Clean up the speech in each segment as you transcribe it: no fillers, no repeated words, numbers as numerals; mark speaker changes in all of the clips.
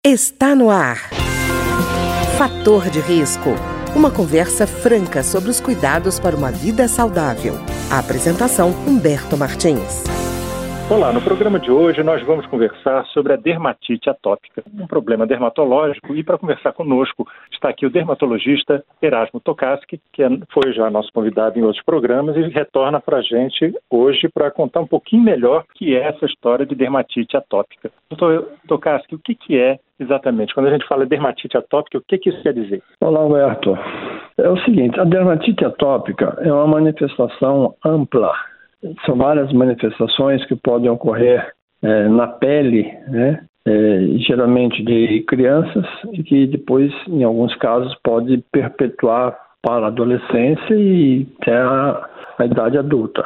Speaker 1: Está no ar. Fator de risco. Uma conversa franca sobre os cuidados para uma vida saudável. A apresentação, Humberto Martins.
Speaker 2: Olá, no programa de hoje nós vamos conversar sobre a dermatite atópica, um problema dermatológico, e para conversar conosco está aqui o dermatologista Erasmo Tokarski, que foi já nosso convidado em outros programas e retorna para a gente hoje para contar um pouquinho melhor o que é essa história de dermatite atópica. Doutor Tokarski, o que é exatamente? Quando a gente fala dermatite atópica, o que isso quer dizer?
Speaker 3: Olá, Humberto. É o seguinte, a dermatite atópica é uma manifestação ampla. São várias manifestações que podem ocorrer na pele, né? Geralmente de crianças, e que depois, em alguns casos, pode perpetuar para a adolescência e até a idade adulta.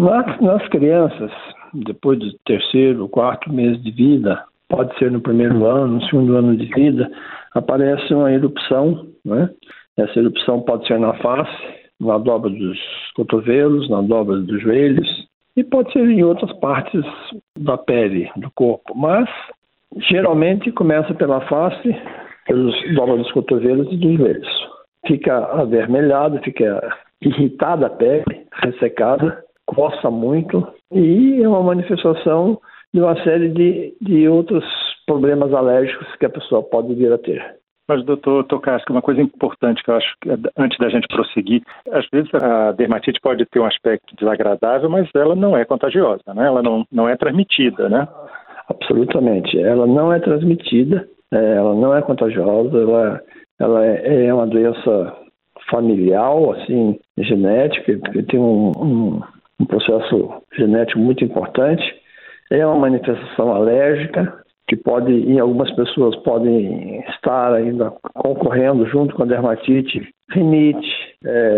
Speaker 3: Nas crianças, depois do 3º, 4º mês de vida, pode ser no 1º ano, no 2º ano de vida, aparece uma erupção, né? Essa erupção pode ser na face, na dobra dos cotovelos, na dobra dos joelhos, e pode ser em outras partes da pele, do corpo. Mas, geralmente, começa pela face, pelos dobras dos cotovelos e dos joelhos. Fica avermelhado, fica irritada a pele, ressecada, coça muito, e é uma manifestação de uma série de outros problemas alérgicos que a pessoa pode vir a ter.
Speaker 2: Mas, doutor Tokarski, uma coisa importante que eu acho que antes da gente prosseguir, às vezes a dermatite pode ter um aspecto desagradável, mas ela não é contagiosa, né? Ela não é transmitida, né?
Speaker 3: Absolutamente. Ela não é transmitida, ela não é contagiosa, ela é uma doença familiar, assim, genética, que tem um processo genético muito importante. É uma manifestação alérgica, que pode, em algumas pessoas podem estar ainda concorrendo junto com a dermatite, rinite,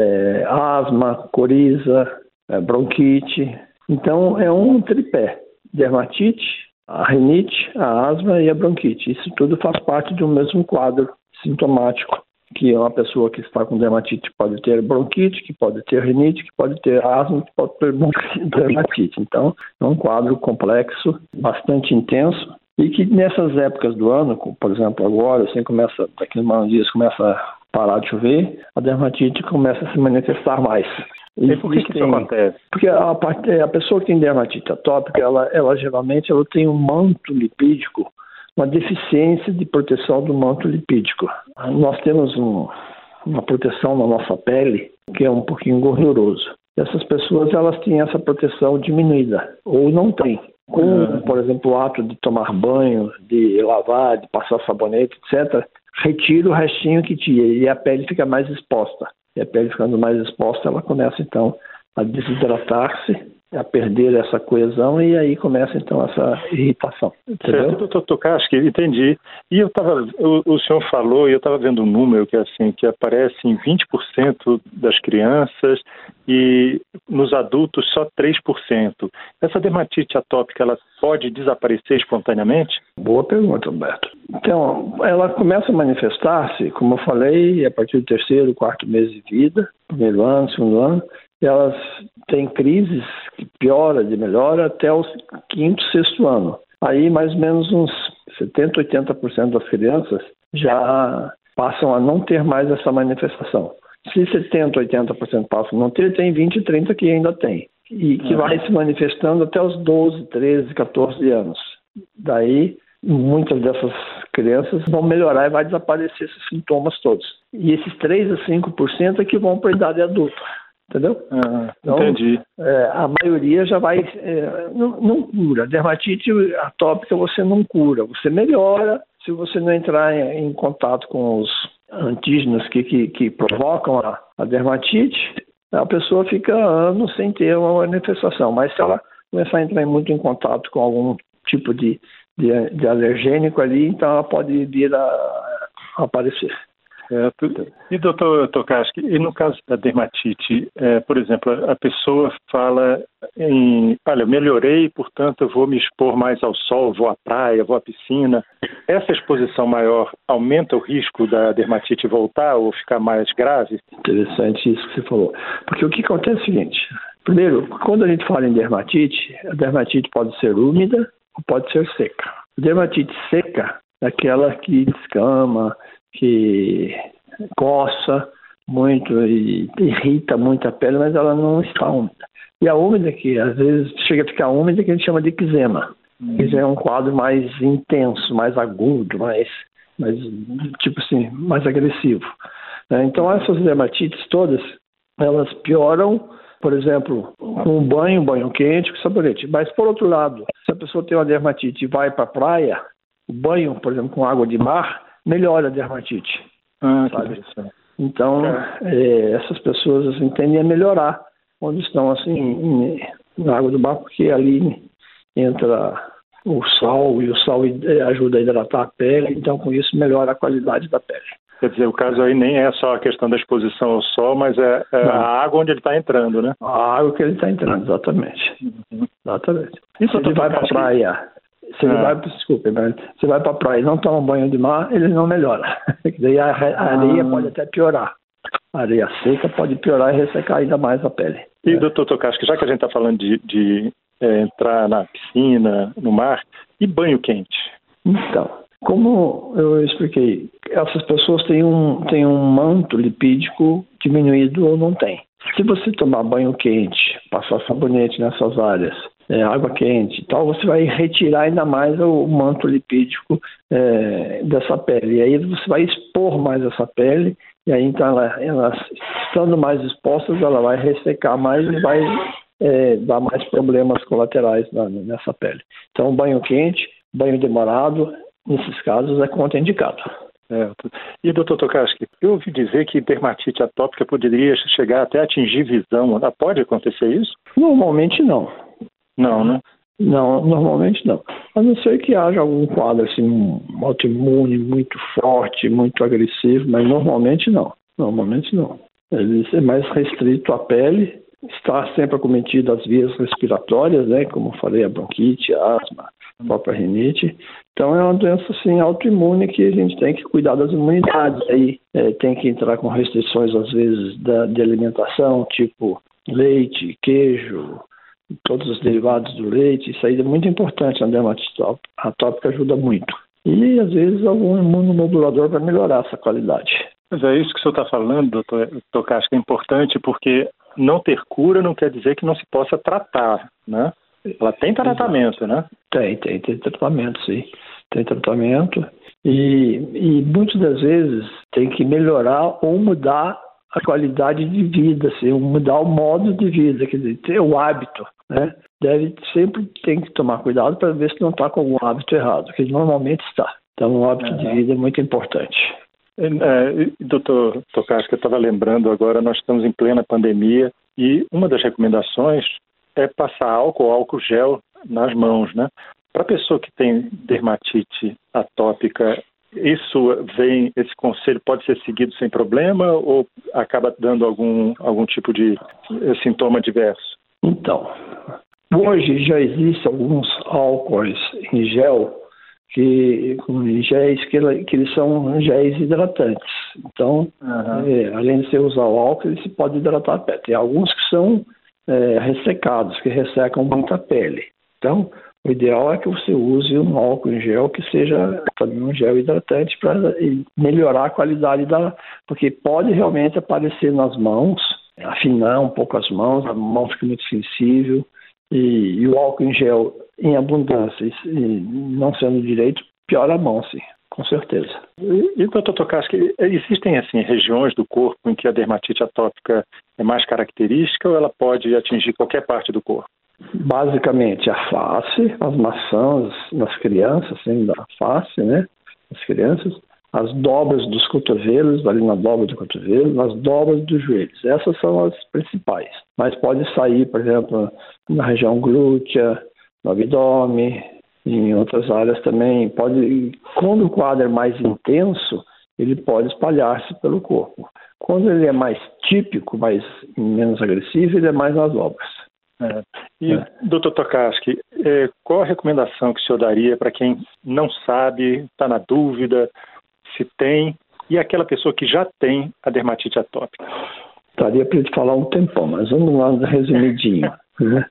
Speaker 3: asma, coriza, bronquite. Então é um tripé: dermatite, a rinite, a asma e a bronquite. Isso tudo faz parte de um mesmo quadro sintomático, que uma pessoa que está com dermatite pode ter bronquite, que pode ter rinite, que pode ter asma, que pode ter dermatite. Então é um quadro complexo, bastante intenso, e que nessas épocas do ano, por exemplo agora, assim, daqui a uns dias começa a parar de chover, a dermatite começa a se manifestar mais.
Speaker 2: E por que isso acontece?
Speaker 3: Porque a pessoa que tem dermatite atópica, ela geralmente tem um manto lipídico, uma deficiência de proteção do manto lipídico. Nós temos uma proteção na nossa pele que é um pouquinho gorduroso. Essas pessoas, elas têm essa proteção diminuída, ou não têm. Com, por exemplo, o ato de tomar banho, de lavar, de passar sabonete, etc., retira o restinho que tinha e a pele fica mais exposta. E a pele ficando mais exposta, ela começa, então, a desidratar-se, a perder essa coesão, e aí começa, então, essa irritação. Entendeu?
Speaker 2: Certo, doutor Tokarski, entendi. E o senhor falou, e eu estava vendo um número que aparece em 20% das crianças e nos adultos só 3%. Essa dermatite atópica, ela pode desaparecer espontaneamente?
Speaker 3: Boa pergunta, Humberto. Então, ela começa a manifestar-se, como eu falei, a partir do 3º, 4º mês de vida, 1º ano, 2º ano. Elas têm crises que melhora até os 5º, 6º ano. Aí, mais ou menos uns 70%, 80% das crianças já passam a não ter mais essa manifestação. Se 70%, 80% passam a não ter, tem 20%, 30% que ainda tem. E que vai se manifestando até os 12, 13, 14 anos. Daí, muitas dessas crianças vão melhorar e vai desaparecer esses sintomas todos. E esses 3% a 5% é que vão para a idade adulta. Entendeu?
Speaker 2: Então, entendi.
Speaker 3: A maioria já vai... não cura. Dermatite atópica você não cura. Você melhora se você não entrar em contato com os antígenos que provocam a dermatite. A pessoa fica anos sem ter uma manifestação. Mas se ela começar a entrar muito em contato com algum tipo de alergênico ali, então ela pode vir a aparecer.
Speaker 2: E, doutor Tokarski, e no caso da dermatite, por exemplo, a pessoa fala olha, eu melhorei, portanto eu vou me expor mais ao sol, vou à praia, vou à piscina. Essa exposição maior aumenta o risco da dermatite voltar ou ficar mais grave?
Speaker 3: Interessante isso que você falou. Porque o que acontece é o seguinte: primeiro, quando a gente fala em dermatite, a dermatite pode ser úmida ou pode ser seca. A dermatite seca, aquela que descama, que coça muito e irrita muito a pele, mas ela não está úmida. E a úmida, que às vezes chega a ficar úmida, que a gente chama de eczema. Que já é um quadro mais intenso, mais agudo, mais tipo assim, mais agressivo. Então essas dermatites todas, elas pioram, por exemplo, com banho quente, com sabonete. Mas por outro lado, se a pessoa tem uma dermatite e vai para a praia, o banho, por exemplo, com água de mar, melhora a dermatite. Sabe? Então, essas pessoas assim, tendem a melhorar quando estão assim na água do mar, porque ali entra o sal, e o sal ajuda a hidratar a pele, então com isso melhora a qualidade da pele.
Speaker 2: Quer dizer, o caso aí nem é só a questão da exposição ao sol, mas é a água onde ele está entrando, né?
Speaker 3: A água que ele está entrando, exatamente. Exatamente. E se ele vai para a praia, você vai para a praia e não toma banho de mar, ele não melhora. Daí a areia pode até piorar. A areia seca pode piorar e ressecar ainda mais a pele.
Speaker 2: E, doutor Tokarski, já que a gente está falando de entrar na piscina, no mar, e banho quente?
Speaker 3: Então, como eu expliquei, essas pessoas têm um manto lipídico diminuído ou não tem. Se você tomar banho quente, passar sabonete nessas áreas, água quente e tal, você vai retirar ainda mais o manto lipídico dessa pele. E aí você vai expor mais essa pele, e aí então ela estando mais exposta, ela vai ressecar mais e vai dar mais problemas colaterais nessa pele. Então, banho quente, banho demorado, nesses casos é contraindicado.
Speaker 2: E, doutor Tokarski, eu ouvi dizer que dermatite atópica poderia chegar até atingir visão. Pode acontecer isso?
Speaker 3: Normalmente não.
Speaker 2: Não, né?
Speaker 3: Não, normalmente não. A não ser que haja algum quadro assim, um autoimune muito forte, muito agressivo, mas normalmente não. Normalmente não. Ele é mais restrito à pele, está sempre acometido às vias respiratórias, né? Como eu falei, a bronquite, a asma, a própria rinite. Então é uma doença assim, autoimune que a gente tem que cuidar das imunidades. Aí tem que entrar com restrições às vezes de alimentação, tipo leite, queijo, todos os derivados do leite. Isso aí é muito importante, a dermatite atópica ajuda muito. E às vezes algum imunomodulador para melhorar essa qualidade.
Speaker 2: Mas é isso que o senhor está falando, doutor Tokarski, é importante porque não ter cura não quer dizer que não se possa tratar, né? Ela tem tratamento, né?
Speaker 3: Tem tratamento, sim. Tem tratamento e muitas das vezes tem que melhorar ou mudar a qualidade de vida, assim, mudar o modo de vida, quer dizer, ter o hábito, né? Sempre tem que tomar cuidado para ver se não está com algum hábito errado, que normalmente está. Então, o hábito de vida é muito importante.
Speaker 2: Doutor Tokarski, eu estava lembrando agora, nós estamos em plena pandemia e uma das recomendações é passar álcool gel nas mãos, né? Para a pessoa que tem dermatite atópica, esse conselho pode ser seguido sem problema ou acaba dando algum tipo de sintoma adverso?
Speaker 3: Então, hoje já existem alguns álcoois em gel que eles são géis hidratantes. Então, além de você usar o álcool, ele se pode hidratar a pele. Tem alguns que são ressecados, que ressecam muito a pele. Então, o ideal é que você use um álcool em gel que seja também um gel hidratante para melhorar a qualidade porque pode realmente aparecer nas mãos, afinar um pouco as mãos, a mão fica muito sensível, e o álcool em gel em abundância, e não sendo direito, piora a mão, sim, com certeza.
Speaker 2: E doutor Tokarski, existem assim regiões do corpo em que a dermatite atópica é mais característica ou ela pode atingir qualquer parte do corpo?
Speaker 3: Basicamente a face, as maçãs nas crianças, assim, da face, né? As crianças, as dobras dos cotovelos, ali na dobra do cotovelo, nas dobras dos joelhos. Essas são as principais. Mas pode sair, por exemplo, na região glútea, no abdômen, em outras áreas também. Quando o quadro é mais intenso, ele pode espalhar-se pelo corpo. Quando ele é mais típico, menos agressivo, ele é mais nas dobras.
Speaker 2: Doutor Tokarski, qual a recomendação que o senhor daria para quem não sabe, está na dúvida, se tem, e aquela pessoa que já tem a dermatite atópica?
Speaker 3: Daria para ele falar um tempão, mas vamos lá resumidinho. Né?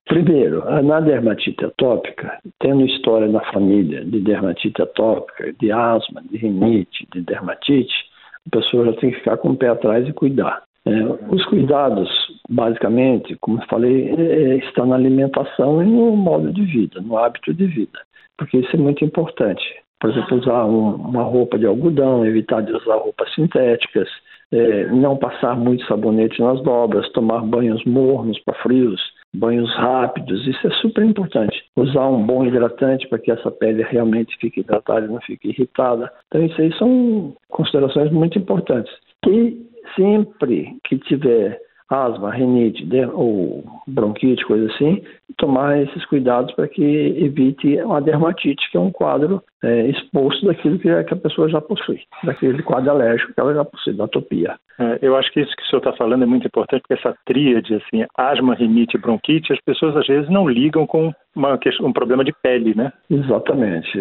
Speaker 3: Primeiro, na dermatite atópica, tendo história na família de dermatite atópica, de asma, de rinite, de dermatite, a pessoa já tem que ficar com o pé atrás e cuidar. Os cuidados, basicamente, como eu falei, está na alimentação e no modo de vida, no hábito de vida, porque isso é muito importante. Por exemplo, usar uma roupa de algodão, evitar de usar roupas sintéticas, não passar muito sabonete nas dobras, tomar banhos mornos para frios, banhos rápidos, isso é super importante. Usar um bom hidratante para que essa pele realmente fique hidratada e não fique irritada. Então, isso aí são considerações muito importantes. E sempre que tiver asma, rinite ou bronquite, coisa assim, tomar esses cuidados para que evite uma dermatite, que é um quadro exposto daquilo que a pessoa já possui, daquele quadro alérgico que ela já possui, da atopia.
Speaker 2: Eu acho que isso que o senhor está falando é muito importante, porque essa tríade, assim, asma, rinite e bronquite, as pessoas às vezes não ligam com um problema de pele, né?
Speaker 3: Exatamente,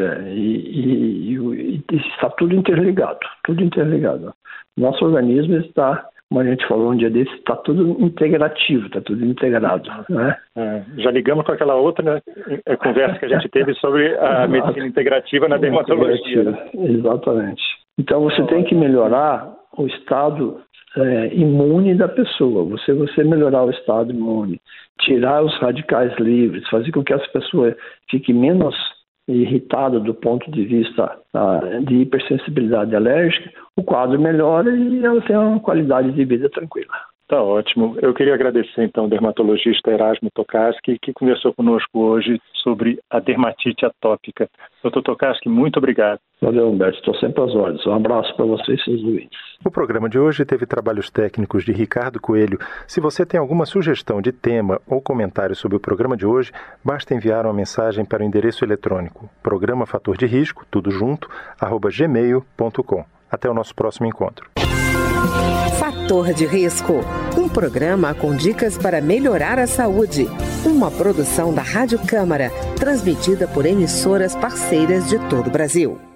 Speaker 3: e está tudo interligado, tudo interligado. Nosso organismo está, como a gente falou um dia desse, está tudo integrativo, está tudo integrado, né?
Speaker 2: Já ligamos com aquela outra conversa que a gente teve sobre a medicina integrativa na dermatologia. Né?
Speaker 3: Exatamente. Então você tem que melhorar o estado imune da pessoa. Você melhorar o estado imune, tirar os radicais livres, fazer com que essa pessoa fique menos irritada do ponto de vista de hipersensibilidade alérgica, o quadro melhora e ela tem uma qualidade de vida tranquila.
Speaker 2: Tá ótimo. Eu queria agradecer, então, ao dermatologista Erasmo Tokarski, que conversou conosco hoje sobre a dermatite atópica. Dr. Tokarski, muito obrigado.
Speaker 3: Valeu, Humberto. Estou sempre às ordens. Um abraço para vocês e seus ouvintes.
Speaker 4: O programa de hoje teve trabalhos técnicos de Ricardo Coelho. Se você tem alguma sugestão de tema ou comentário sobre o programa de hoje, basta enviar uma mensagem para o endereço eletrônico programa fator de risco, tudo junto, @gmail.com. Até o nosso próximo encontro.
Speaker 1: Fator de Risco, um programa com dicas para melhorar a saúde. Uma produção da Rádio Câmara, transmitida por emissoras parceiras de todo o Brasil.